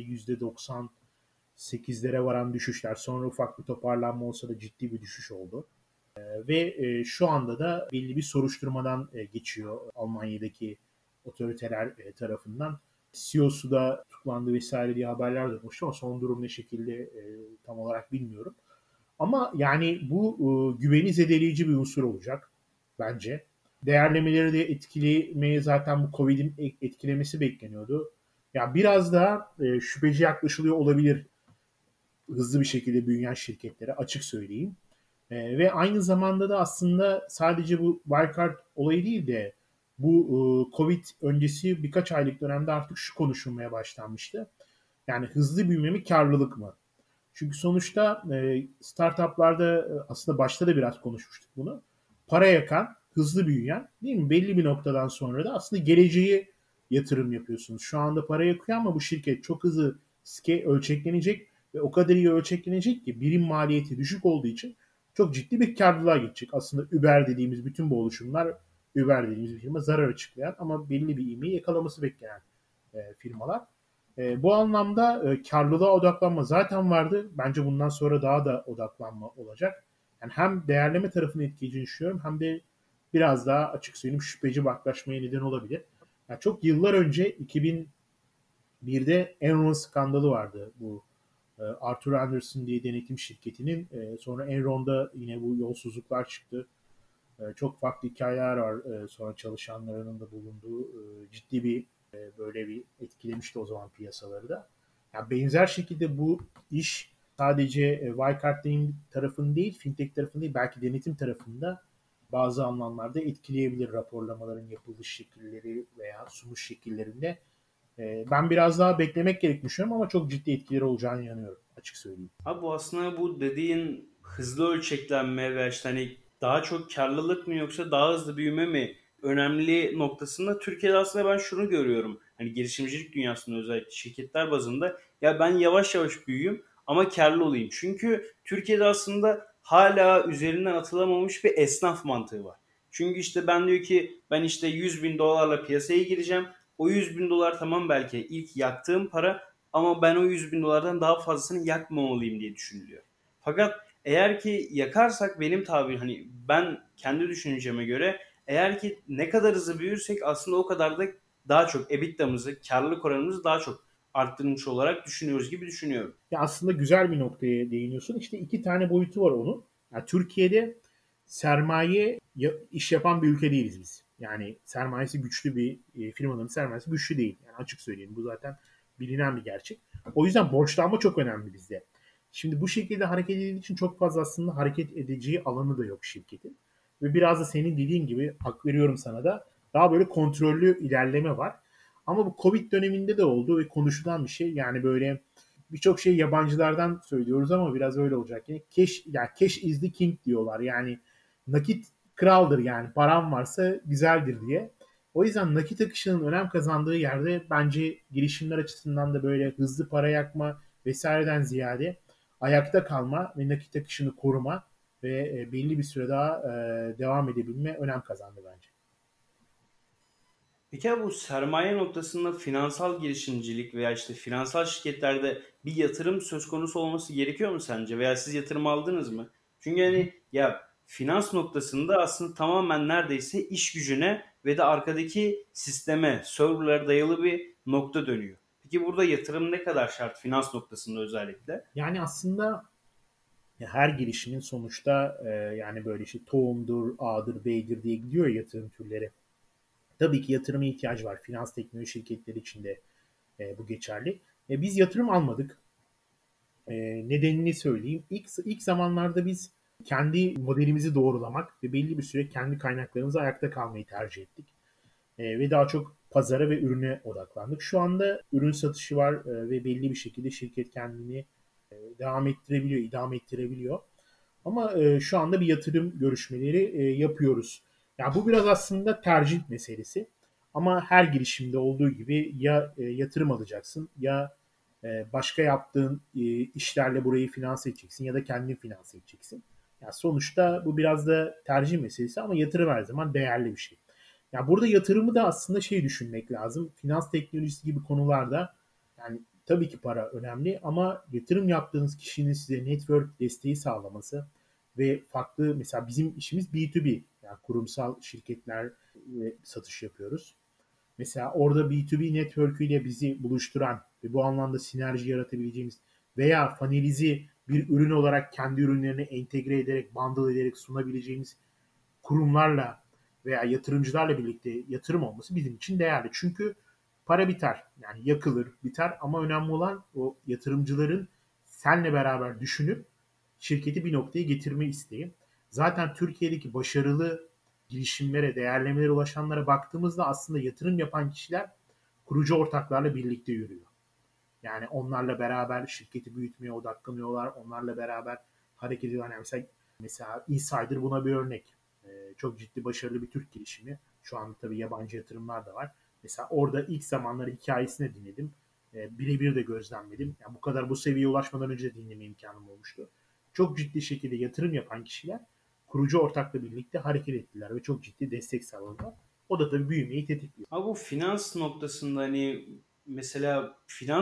%98'lere varan düşüşler, sonra ufak bir toparlanma olsa da ciddi bir düşüş oldu. Ve şu anda da belli bir soruşturmadan geçiyor Almanya'daki otoriteler tarafından. CEO'su da tutuklandı vesaire diye haberler de olmuştu ama son durum ne şekilde tam olarak bilmiyorum. Ama yani bu güveni zedeleyici bir unsur olacak bence. Değerlemeleri de etkilemeye zaten bu Covid'in etkilemesi bekleniyordu. Ya biraz daha şüpheci yaklaşılıyor olabilir hızlı bir şekilde büyüyen şirketlere, açık söyleyeyim. Ve aynı zamanda da aslında sadece bu Wirecard olayı değil de bu Covid öncesi birkaç aylık dönemde artık şu konuşulmaya başlanmıştı. Yani hızlı büyüme mi, karlılık mı? Çünkü sonuçta startuplarda aslında başta da biraz konuşmuştuk bunu. Para yakan, hızlı büyüyen, değil mi? Belli bir noktadan sonra da aslında geleceğe yatırım yapıyorsunuz. Şu anda para yakıyor ama bu şirket çok hızlı ölçeklenecek ve o kadar iyi ölçeklenecek ki birim maliyeti düşük olduğu için çok ciddi bir karlılığa gidecek. Aslında Uber dediğimiz bütün bu oluşumlar, Uber dediğimiz bir firma zarar açıklayan ama belli bir ivmeyi yakalaması beklenen firmalar. Bu anlamda karlılığa odaklanma zaten vardı. Bence bundan sonra daha da odaklanma olacak. Yani hem değerleme tarafını etkileyeceğini düşünüyorum hem de biraz daha açık söyleyeyim şüpheci baklaşmaya neden olabilir. Yani çok yıllar önce 2001'de Enron skandalı vardı. Bu Arthur Andersen diye denetim şirketinin. Sonra Enron'da yine bu yolsuzluklar çıktı. Çok farklı hikayeler var. Sonra çalışanlarının da bulunduğu ciddi bir böyle bir etkilemişti o zaman piyasaları da. Yani benzer şekilde bu iş sadece Wirecard tarafını değil, fintech tarafını değil, belki denetim tarafında bazı anlamlarda etkileyebilir raporlamaların yapılış şekilleri veya sunuş şekillerinde. Ben biraz daha beklemek gerektiğini düşünüyorum ama çok ciddi etkileri olacağını inanıyorum, açık söyleyeyim. Abi bu aslında bu dediğin hızlı ölçeklenme ve işte hani daha çok karlılık mı yoksa daha hızlı büyüme mi önemli noktasında Türkiye'de aslında ben şunu görüyorum. Hani girişimcilik dünyasında özellikle şirketler bazında ya ben yavaş yavaş büyüyeyim ama karlı olayım. Çünkü Türkiye'de aslında hala üzerinden atılamamış bir esnaf mantığı var. Çünkü işte ben diyor ki ben işte 100 bin dolarla piyasaya gireceğim. O 100 bin dolar tamam belki ilk yaktığım para ama ben o 100 bin dolardan daha fazlasını yakmamalıyım diye düşünülüyor. Fakat eğer ki yakarsak benim tabir hani ben kendi düşünceme göre eğer ki ne kadar hızlı büyürsek aslında o kadar da daha çok EBITDA'mızı, karlılık oranımızı daha çok arttırmış olarak düşünüyoruz gibi düşünüyorum. Ya aslında güzel bir noktaya değiniyorsun. İşte iki tane boyutu var onun. Yani Türkiye'de sermaye iş yapan bir ülke değiliz biz. Yani sermayesi güçlü bir firmaların sermayesi güçlü değil. Yani açık söyleyeyim bu zaten bilinen bir gerçek. O yüzden borçlanma çok önemli bizde. Şimdi bu şekilde hareket edildiği için çok fazla aslında hareket edeceği alanı da yok şirketin. Ve biraz da senin dediğin gibi hak veriyorum sana da daha böyle kontrollü ilerleme var. Ama bu Covid döneminde de oldu ve konuşulan bir şey. Yani böyle birçok şey yabancılardan söylüyoruz ama biraz öyle olacak. Yani cash is the king diyorlar. Yani nakit kraldır, yani param varsa güzeldir diye. O yüzden nakit akışının önem kazandığı yerde bence girişimler açısından da böyle hızlı para yakma vesaireden ziyade ayakta kalma ve nakit akışını koruma ve belli bir süre daha devam edebilme önem kazandı bence. Peki abi bu sermaye noktasında finansal girişimcilik veya işte finansal şirketlerde bir yatırım söz konusu olması gerekiyor mu sence? Veya siz yatırım aldınız mı? Çünkü hani ya finans noktasında aslında tamamen neredeyse iş gücüne ve de arkadaki sisteme, serverlara dayalı bir nokta dönüyor. Peki burada yatırım ne kadar şart finans noktasında özellikle? Yani aslında her girişimin sonuçta yani böyle işte tohumdur, A'dır, B'dir diye gidiyor ya yatırım türleri. Tabii ki yatırıma ihtiyaç var. Finans teknoloji şirketleri için de bu geçerli. Biz yatırım almadık. Nedenini söyleyeyim. İlk zamanlarda biz kendi modelimizi doğrulamak ve belli bir süre kendi kaynaklarımızı ayakta kalmayı tercih ettik. Ve daha çok pazara ve ürüne odaklandık. Şu anda ürün satışı var ve belli bir şekilde şirket kendini devam ettirebiliyor, idame ettirebiliyor. Ama şu anda bir yatırım görüşmeleri yapıyoruz. Ya bu biraz aslında tercih meselesi. Ama her girişimde olduğu gibi ya yatırım alacaksın ya başka yaptığın işlerle burayı finanse edeceksin ya da kendin finanse edeceksin. Ya sonuçta bu biraz da tercih meselesi ama yatırım her zaman değerli bir şey. Ya burada yatırımı da aslında şey düşünmek lazım. Finans teknolojisi gibi konularda yani tabii ki para önemli ama yatırım yaptığınız kişinin size network desteği sağlaması ve farklı, mesela bizim işimiz B2B, yani kurumsal şirketler satış yapıyoruz. Mesela orada B2B network ile bizi buluşturan ve bu anlamda sinerji yaratabileceğimiz veya Faneliz'i bir ürün olarak kendi ürünlerine entegre ederek, bundle ederek sunabileceğimiz kurumlarla veya yatırımcılarla birlikte yatırım olması bizim için değerli. Çünkü para biter. Yani yakılır, biter ama önemli olan o yatırımcıların senle beraber düşünüp şirketi bir noktaya getirme isteği. Zaten Türkiye'deki başarılı girişimlere, değerlemelere ulaşanlara baktığımızda aslında yatırım yapan kişiler kurucu ortaklarla birlikte yürüyor. Yani onlarla beraber şirketi büyütmeye odaklanıyorlar. Onlarla beraber hareket ediyorlar. Yani mesela Insider buna bir örnek. Çok ciddi başarılı bir Türk girişimi. Şu anda tabii yabancı yatırımlar da var. Mesela orada ilk zamanları hikayesini dinledim. Birebir de gözlemledim. Yani bu kadar bu seviyeye ulaşmadan önce de dinleme imkanım olmuştu. Çok ciddi şekilde yatırım yapan kişiler kurucu ortakla birlikte hareket ettiler ve çok ciddi destek sağladılar. O da tabii büyümeyi tetikliyor. Ama bu finans noktasında hani mesela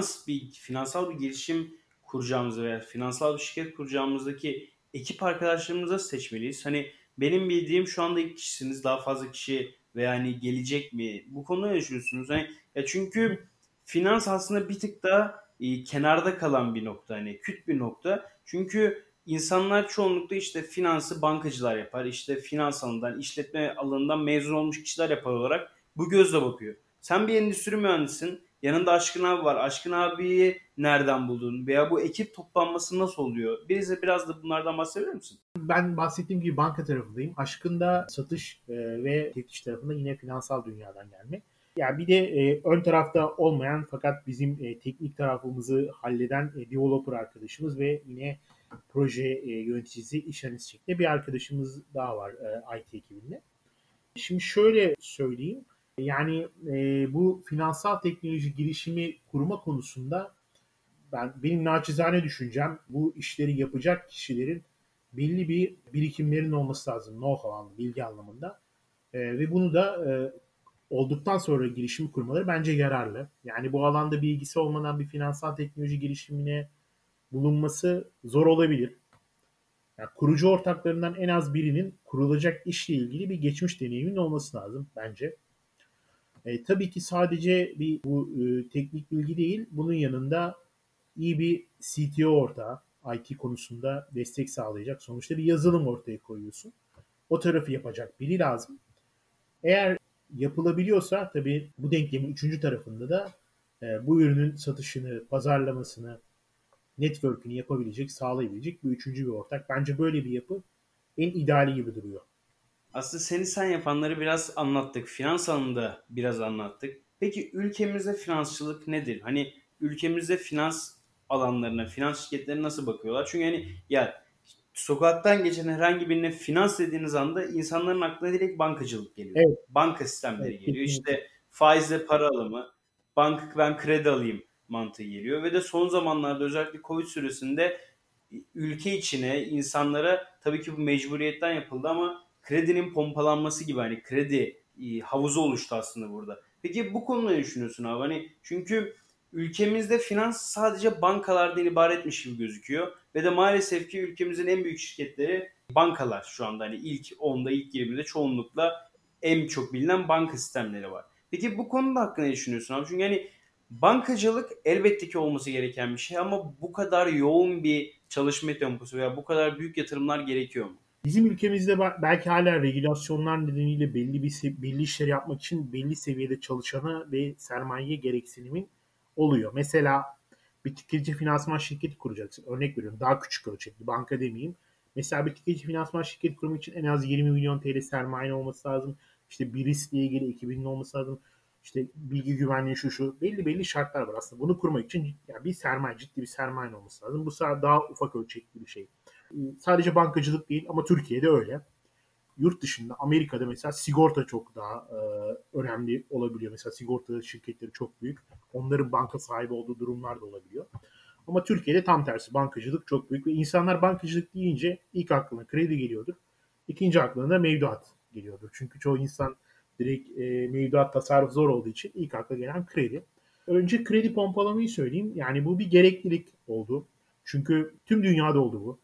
finansal bir girişim kuracağımızda veya finansal bir şirket kuracağımızdaki ekip arkadaşlarımızı seçmeliyiz. Hani benim bildiğim şu anda iki kişisiniz, daha fazla kişi veya hani gelecek mi? Bu konuda ne düşünüyorsunuz? Hani ya çünkü finans aslında bir tık daha kenarda kalan bir nokta, hani küt bir nokta. Çünkü insanlar çoğunlukla işte finansı bankacılar yapar, işte finans alanından, işletme alanından mezun olmuş kişiler yapar olarak bu gözle bakıyor. Sen bir endüstri mühendisisin. Yanında Aşkın abi var. Aşkın abiyi nereden buldun? Veya bu ekip toplanması nasıl oluyor? Biraz da bunlardan bahsedebilir misin? Ben bahsettiğim gibi banka tarafındayım. Aşkında satış ve teftiş tarafında yine finansal dünyadan gelme. Yani bir de ön tarafta olmayan fakat bizim teknik tarafımızı halleden developer arkadaşımız ve yine proje yöneticisi, iş analisti şeklinde bir arkadaşımız daha var IT ekibinde. Şimdi şöyle söyleyeyim. Yani bu finansal teknoloji girişimi kurma konusunda benim naçizane düşüncem bu işleri yapacak kişilerin belli bir birikimlerinin olması lazım. Know-how anlamında, bilgi anlamında. Ve bunu da olduktan sonra girişim kurmaları bence yararlı. Yani bu alanda bilgisi olmadan bir finansal teknoloji girişimine bulunması zor olabilir. Yani kurucu ortaklarından en az birinin kurulacak işle ilgili bir geçmiş deneyiminin olması lazım bence. Tabii ki sadece bu teknik bilgi değil, bunun yanında iyi bir CTO ortağı, IT konusunda destek sağlayacak. Sonuçta bir yazılım ortaya koyuyorsun. O tarafı yapacak biri lazım. Eğer yapılabiliyorsa tabii bu denklemin üçüncü tarafında da bu ürünün satışını, pazarlamasını, network'ünü yapabilecek, sağlayabilecek bir üçüncü bir ortak. Bence böyle bir yapı en ideali gibi duruyor. Aslında seni sen yapanları biraz anlattık. Finans alanında biraz anlattık. Peki ülkemizde finansçılık nedir? Hani ülkemizde finans alanlarına, finans şirketlerine nasıl bakıyorlar? Çünkü hani ya sokaktan geçen herhangi birine finans dediğiniz anda insanların aklına direkt bankacılık geliyor. Evet, Banka sistemleri evet geliyor. kesinlikle. İşte faizle para alımı, ben kredi alayım mantığı geliyor. Ve de son zamanlarda özellikle Covid süresinde ülke içine, insanlara tabii ki bu mecburiyetten yapıldı ama kredinin pompalanması gibi hani kredi havuzu oluştu aslında burada. Peki bu konuda ne düşünüyorsun abi? Hani çünkü ülkemizde finans sadece bankalardan ibaretmiş gibi gözüküyor ve de maalesef ki ülkemizin en büyük şirketleri bankalar şu anda hani ilk 10'da ilk 20'de çoğunlukla en çok bilinen banka sistemleri var. Peki bu konuda hakkında ne düşünüyorsun abi? Çünkü hani bankacılık elbette ki olması gereken bir şey ama bu kadar yoğun bir çalışma temposu veya bu kadar büyük yatırımlar gerekiyor mu? Bizim ülkemizde belki hala regülasyonlar nedeniyle belli işleri yapmak için belli seviyede çalışana ve sermaye gereksinimin oluyor. Mesela bir tüketici finansman şirketi kuracaksın. Örnek veriyorum, daha küçük ölçekli, banka demeyeyim. Mesela bir tüketici finansman şirketi kurmak için en az 20 milyon TL sermaye olması lazım. İşte bir riskle ilgili ekibinin olması lazım. İşte bilgi güvenliği şu belli şartlar var aslında. Bunu kurmak için yani bir sermaye, ciddi bir sermaye olması lazım. Bu daha ufak ölçekli bir şey. Sadece bankacılık değil ama Türkiye'de öyle. Yurt dışında, Amerika'da mesela sigorta çok daha önemli olabiliyor. Mesela sigorta şirketleri çok büyük. Onların banka sahibi olduğu durumlar da olabiliyor. Ama Türkiye'de tam tersi, bankacılık çok büyük ve insanlar bankacılık deyince ilk aklına kredi geliyordur. İkinci aklına da mevduat geliyordur. Çünkü çoğu insan direkt mevduat tasarruf zor olduğu için ilk akla gelen kredi. Önce kredi pompalamayı söyleyeyim. Yani bu bir gereklilik oldu. Çünkü tüm dünyada oldu bu.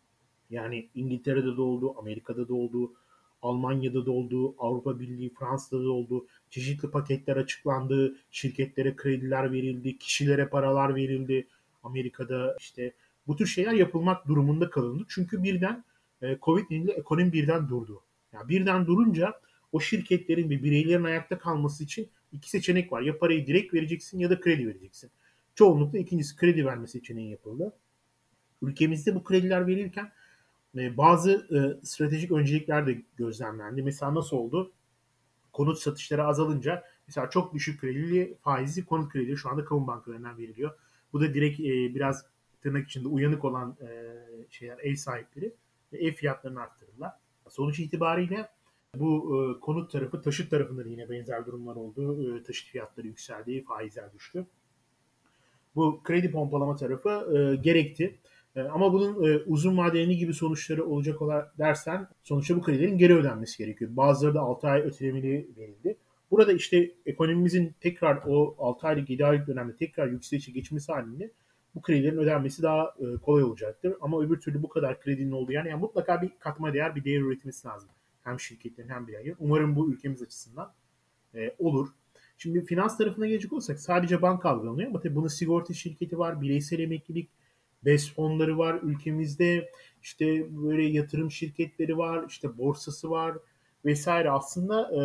Yani İngiltere'de de oldu, Amerika'da da oldu, Almanya'da da oldu, Avrupa Birliği, Fransa'da da oldu. Çeşitli paketler açıklandı, şirketlere krediler verildi, kişilere paralar verildi. Amerika'da işte bu tür şeyler yapılmak durumunda kalındı. Çünkü birden Covid nedeniyle ekonomi birden durdu. Yani birden durunca o şirketlerin ve bireylerin ayakta kalması için iki seçenek var. Ya parayı direkt vereceksin ya da kredi vereceksin. Çoğunlukla ikincisi, kredi verme seçeneği yapıldı. Ülkemizde bu krediler verirken bazı stratejik öncelikler de gözlemlendi. Mesela nasıl oldu? Konut satışları azalınca mesela çok düşük kredili faizli konut kredileri şu anda kamu bankalarından veriliyor. Bu da direkt biraz tırnak içinde uyanık olan ev sahipleri ev fiyatlarını arttırırlar. Sonuç itibariyle bu konut tarafı, taşıt tarafında da yine benzer durumlar oldu. Taşıt fiyatları yükseldi, faizler düştü. Bu kredi pompalama tarafı gerekti. Ama bunun uzun vadeli gibi sonuçları olacak dersen sonuçta bu kredilerin geri ödenmesi gerekiyor. Bazıları da 6 ay ötelemeli verildi. Burada işte ekonomimizin tekrar o 6 aylık 7 aylık dönemde tekrar yükselişe geçmesi halinde bu kredilerin ödenmesi daha kolay olacaktır. Ama öbür türlü bu kadar kredinin olduğu yani mutlaka bir katma değer, bir değer üretmesi lazım. Hem şirketlerin hem bireylerin. Umarım bu ülkemiz açısından olur. Şimdi finans tarafına gelecek olsak sadece banka algılanıyor ama tabii bunun sigorta şirketi var, bireysel emeklilik, BES fonları var ülkemizde, işte böyle yatırım şirketleri var, işte borsası var vesaire. Aslında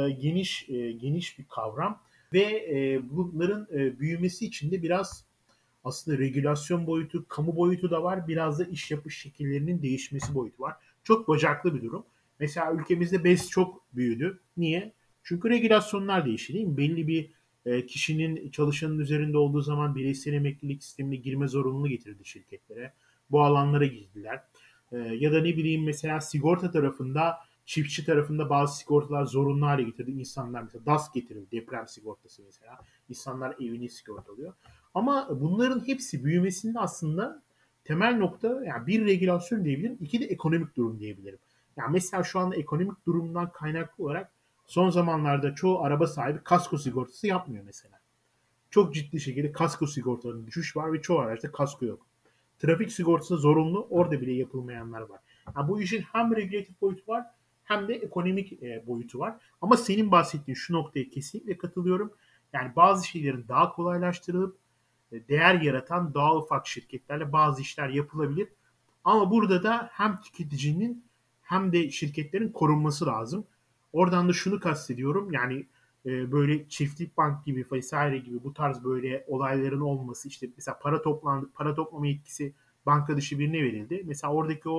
geniş bir kavram ve bunların büyümesi için de biraz aslında regülasyon boyutu, kamu boyutu da var. Biraz da iş yapış şekillerinin değişmesi boyutu var. Çok bacaklı bir durum. Mesela ülkemizde BES çok büyüdü. Niye? Çünkü regülasyonlar değişti değil mi? Belli bir kişinin çalışanın üzerinde olduğu zaman bireysel emeklilik sistemine girme zorunluluğu getirdi şirketlere. Bu alanlara girdiler. Ya da ne bileyim mesela sigorta tarafında, çiftçi tarafında bazı sigortalar zorunlu hale getirdi. İnsanlar mesela DAS getirildi, deprem sigortası mesela. İnsanlar evini sigortalıyor. Ama bunların hepsi büyümesinde aslında temel nokta yani bir regülasyon diyebilirim, iki de ekonomik durum diyebilirim. Yani mesela şu anda ekonomik durumdan kaynaklı olarak son zamanlarda çoğu araba sahibi kasko sigortası yapmıyor mesela. Çok ciddi şekilde kasko sigortalarının düşüş var ve çoğu araçta kasko yok. Trafik sigortası zorunlu, orada bile yapılmayanlar var. Yani bu işin hem regülatif boyutu var hem de ekonomik boyutu var. Ama senin bahsettiğin şu noktaya kesinlikle katılıyorum. Yani bazı şeylerin daha kolaylaştırılıp değer yaratan daha ufak şirketlerle bazı işler yapılabilir. Ama burada da hem tüketicinin hem de şirketlerin korunması lazım. Oradan da şunu kastediyorum. Yani böyle çiftlik bank gibi vesaire gibi bu tarz böyle olayların olması işte mesela para toplama yetkisi banka dışı birine verildi. Mesela oradaki o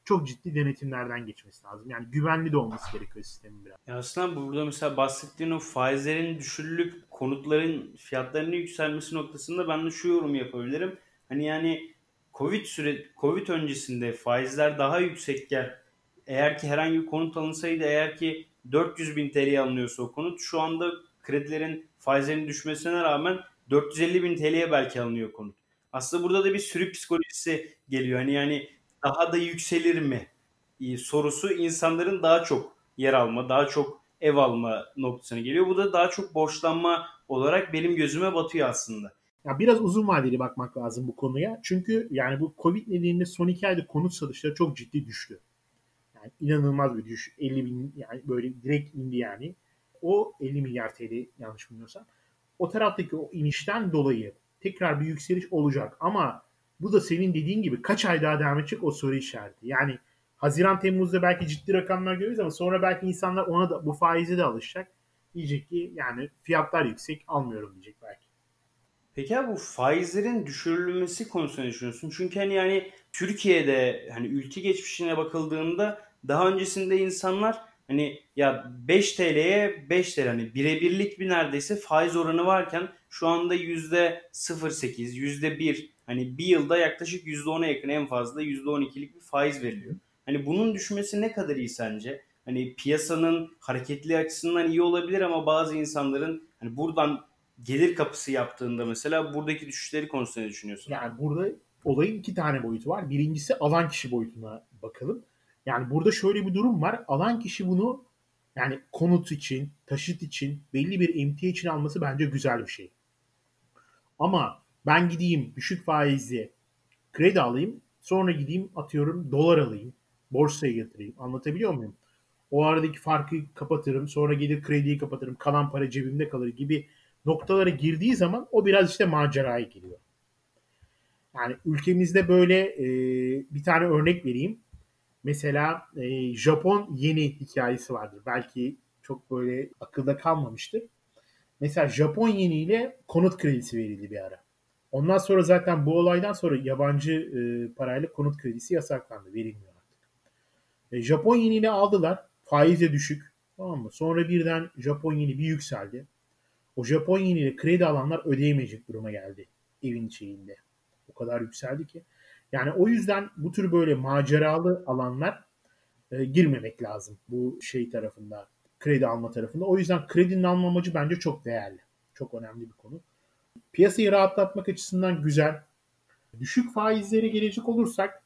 çok ciddi denetimlerden geçmesi lazım. Yani güvenli de olması gerekiyor sistemin biraz. Ya aslında burada mesela bahsettiğin o faizlerin düşürülüp konutların fiyatlarının yükselmesi noktasında ben de şu yorum yapabilirim. Hani yani Covid öncesinde faizler daha yüksekken eğer ki herhangi bir konut alınsaydı, eğer ki 400 bin TL'ye alınıyorsa o konut, şu anda kredilerin faizlerinin düşmesine rağmen 450 bin TL'ye belki alınıyor konut. Aslında burada da bir sürü psikolojisi geliyor. Hani yani daha da yükselir mi? Sorusu insanların daha çok yer alma, daha çok ev alma noktasına geliyor. Bu da daha çok borçlanma olarak benim gözüme batıyor aslında. Ya biraz uzun vadeli bakmak lazım bu konuya. Çünkü yani bu Covid nedeniyle son 2 ayda konut satışları çok ciddi düştü. Yani inanılmaz bir düşüş. 50 bin yani böyle direkt indi yani. O 50 milyar TL yanlış bilmiyorsam. O taraftaki o inişten dolayı tekrar bir yükseliş olacak. Ama bu da senin dediğin gibi kaç ay daha devam edecek o soru işareti. Yani Haziran Temmuz'da belki ciddi rakamlar görürüz ama sonra belki insanlar ona da bu faize de alışacak. Diyecek ki yani fiyatlar yüksek almıyorum diyecek belki. Peki abi bu faizlerin düşürülmesi konusunda ne düşünüyorsun? Çünkü hani yani Türkiye'de hani ülke geçmişine bakıldığında daha öncesinde insanlar hani ya 5 TL'ye 5 TL, hani birebirlik bir neredeyse faiz oranı varken şu anda %0,8, %1, hani bir yılda yaklaşık %10'a yakın, en fazla %12'lik bir faiz veriliyor. Hani bunun düşmesi ne kadar iyi sence? Hani piyasanın hareketli açısından iyi olabilir ama bazı insanların hani buradan gelir kapısı yaptığında mesela buradaki düşüşleri konusunda ne düşünüyorsun? Yani burada olayın 2 tane boyutu var. Birincisi alan kişi boyutuna bakalım. Yani burada şöyle bir durum var. Alan kişi bunu yani konut için, taşıt için, belli bir emtia için alması bence güzel bir şey. Ama ben gideyim düşük faizli kredi alayım, sonra gideyim atıyorum dolar alayım, borsaya yatırayım. Anlatabiliyor muyum? O aradaki farkı kapatırım, sonra gelir krediyi kapatırım, kalan para cebimde kalır gibi noktalara girdiği zaman o biraz işte maceraya giriyor. Yani ülkemizde böyle bir tane örnek vereyim. Mesela Japon yeni hikayesi vardır. Belki çok böyle akılda kalmamıştır. Mesela Japon yeni ile konut kredisi verildi bir ara. Ondan sonra zaten bu olaydan sonra yabancı parayla konut kredisi yasaklandı. Verilmiyor artık. Japon yeniyle aldılar. Faize düşük. Tamam mı? Sonra birden Japon yeni bir yükseldi. O Japon yeniyle kredi alanlar ödeyemeyecek duruma geldi evin şeyinde. O kadar yükseldi ki. Yani o yüzden bu tür böyle maceralı alanlar girmemek lazım bu şey tarafında, kredi alma tarafında. O yüzden kredinin alma amacı bence çok değerli. Çok önemli bir konu. Piyasayı rahatlatmak açısından güzel. Düşük faizlere gelecek olursak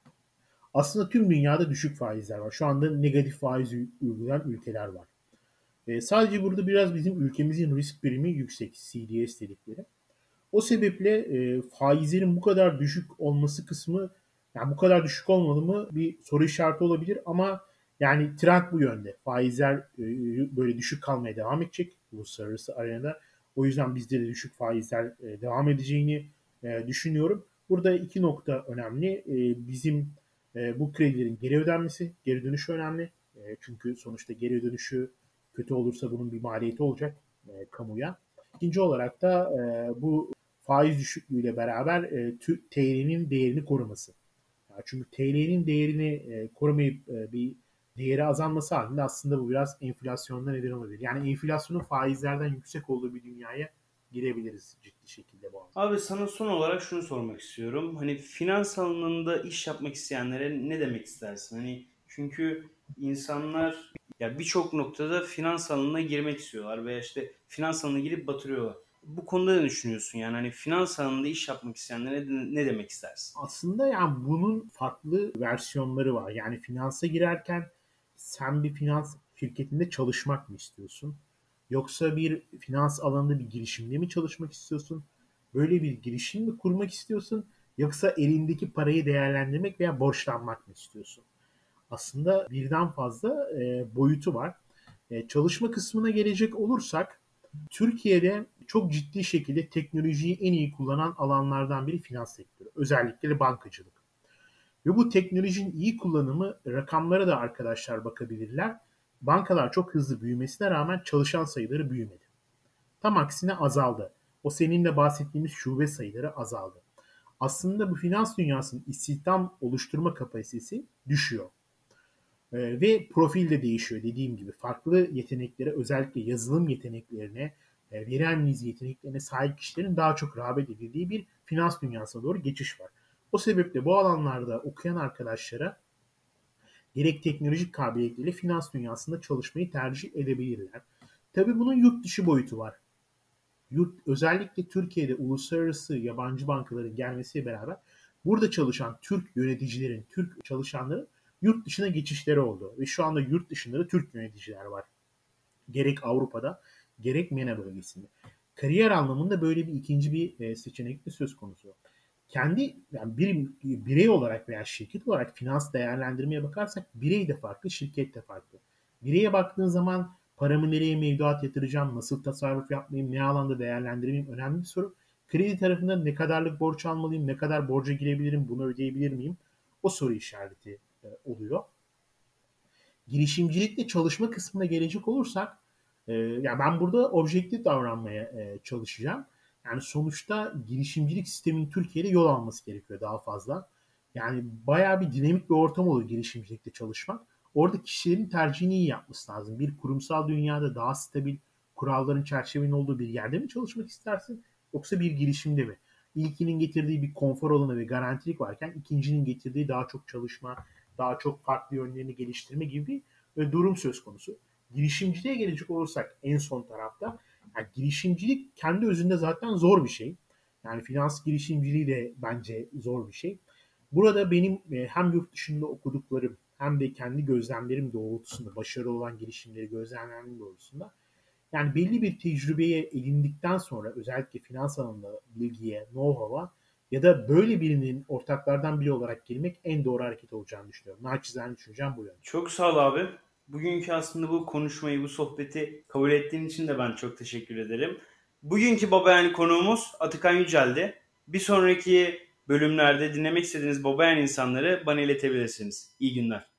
aslında tüm dünyada düşük faizler var. Şu anda negatif faiz uygulayan ülkeler var. Sadece burada biraz bizim ülkemizin risk primi yüksek. CDS dedikleri. O sebeple faizlerin bu kadar düşük olması kısmı yani bu kadar düşük olmalı mı bir soru işareti olabilir ama yani trend bu yönde. Faizler böyle düşük kalmaya devam edecek uluslararası arenada. O yüzden bizde de düşük faizler devam edeceğini düşünüyorum. Burada 2 nokta önemli. Bizim bu kredilerin geri ödenmesi, geri dönüşü önemli. Çünkü sonuçta geri dönüşü kötü olursa bunun bir maliyeti olacak kamuya. İkinci olarak da bu faiz düşüklüğüyle beraber TL'nin değerini koruması. Yani çünkü TL'nin değerini korumayıp bir değeri azalması halinde aslında bu biraz enflasyonda neden olabilir. Yani enflasyonun faizlerden yüksek olduğu bir dünyaya girebiliriz ciddi şekilde bu arada. Abi sana son olarak şunu sormak istiyorum. Hani finans alanında iş yapmak isteyenlere ne demek istersin? Hani çünkü insanlar ya birçok noktada finans alanına girmek istiyorlar veya işte finans alanına girip batırıyorlar. Bu konuda ne düşünüyorsun? Yani hani finans alanında iş yapmak isteyenlere ne demek istersin? Aslında yani bunun farklı versiyonları var. Yani finansa girerken sen bir finans şirketinde çalışmak mı istiyorsun? Yoksa bir finans alanında bir girişimde mi çalışmak istiyorsun? Böyle bir girişim mi kurmak istiyorsun? Yoksa elindeki parayı değerlendirmek veya borçlanmak mı istiyorsun? Aslında birden fazla boyutu var. Çalışma kısmına gelecek olursak Türkiye'de çok ciddi şekilde teknolojiyi en iyi kullanan alanlardan biri finans sektörü. Özellikle de bankacılık. Ve bu teknolojinin iyi kullanımı rakamlara da arkadaşlar bakabilirler. Bankalar çok hızlı büyümesine rağmen çalışan sayıları büyümedi. Tam aksine azaldı. O senin de bahsettiğimiz şube sayıları azaldı. aslında bu finans dünyasının istihdam oluşturma kapasitesi düşüyor. Ve profil de değişiyor dediğim gibi. Farklı yeteneklere, özellikle yazılım yeteneklerine, veri analizi yeteneklerine sahip kişilerin daha çok rağbet edildiği bir finans dünyasına doğru geçiş var. O sebeple bu alanlarda okuyan arkadaşlara gerek teknolojik kabiliyetleriyle finans dünyasında çalışmayı tercih edebilirler. Tabii bunun yurt dışı boyutu var. Özellikle Türkiye'de uluslararası yabancı bankaların gelmesiyle beraber burada çalışan Türk yöneticilerin, Türk çalışanların yurt dışına geçişleri oldu. Ve şu anda yurt dışında da Türk yöneticiler var. Gerek Avrupa'da gerek MENA bölgesinde. Kariyer anlamında böyle bir ikinci bir seçenek de söz konusu. Kendi yani bir birey olarak veya şirket olarak finans değerlendirmeye bakarsak birey de farklı, şirket de farklı. Bireye baktığın zaman paramı nereye mevduat yatıracağım, nasıl tasarruf yapmayayım, ne alanda değerlendirmeyeyim önemli bir soru. Kredi tarafında ne kadarlık borç almalıyım, ne kadar borca girebilirim, bunu ödeyebilir miyim? O soru işareti oluyor. Girişimcilikle çalışma kısmına gelecek olursak yani ben burada objektif davranmaya çalışacağım. Yani sonuçta girişimcilik sistemin Türkiye'de yol alması gerekiyor daha fazla. Yani bayağı bir dinamik bir ortam oluyor girişimcilikte çalışmak. Orada kişilerin tercihini iyi yapması lazım. Bir kurumsal dünyada daha stabil kuralların çerçevenin olduğu bir yerde mi çalışmak istersin? Yoksa bir girişimde mi? İlkinin getirdiği bir konfor alanı ve garantilik varken ikincinin getirdiği daha çok çalışma, daha çok farklı yönlerini geliştirme gibi bir durum söz konusu. Girişimciliğe gelecek olursak en son tarafta yani girişimcilik kendi özünde zaten zor bir şey. Yani finans girişimciliği de bence zor bir şey. Burada benim hem yurt dışında okuduklarım hem de kendi gözlemlerim doğrultusunda başarılı olan girişimleri gözlemlerim doğrultusunda yani belli bir tecrübeye edindikten sonra özellikle finans alanında bilgiye, know-how'a ya da böyle birinin ortaklardan biri olarak girmek en doğru hareket olacağını düşünüyorum. Naçizane düşüncem bu yönde. Çok sağ ol abi. Bugünkü aslında bu konuşmayı, bu sohbeti kabul ettiğin için de ben çok teşekkür ederim. Bugünkü Baba Yani konuğumuz Atakan Yücel'di. Bir sonraki bölümlerde dinlemek istediğiniz Baba Yani insanları bana iletebilirsiniz. İyi günler.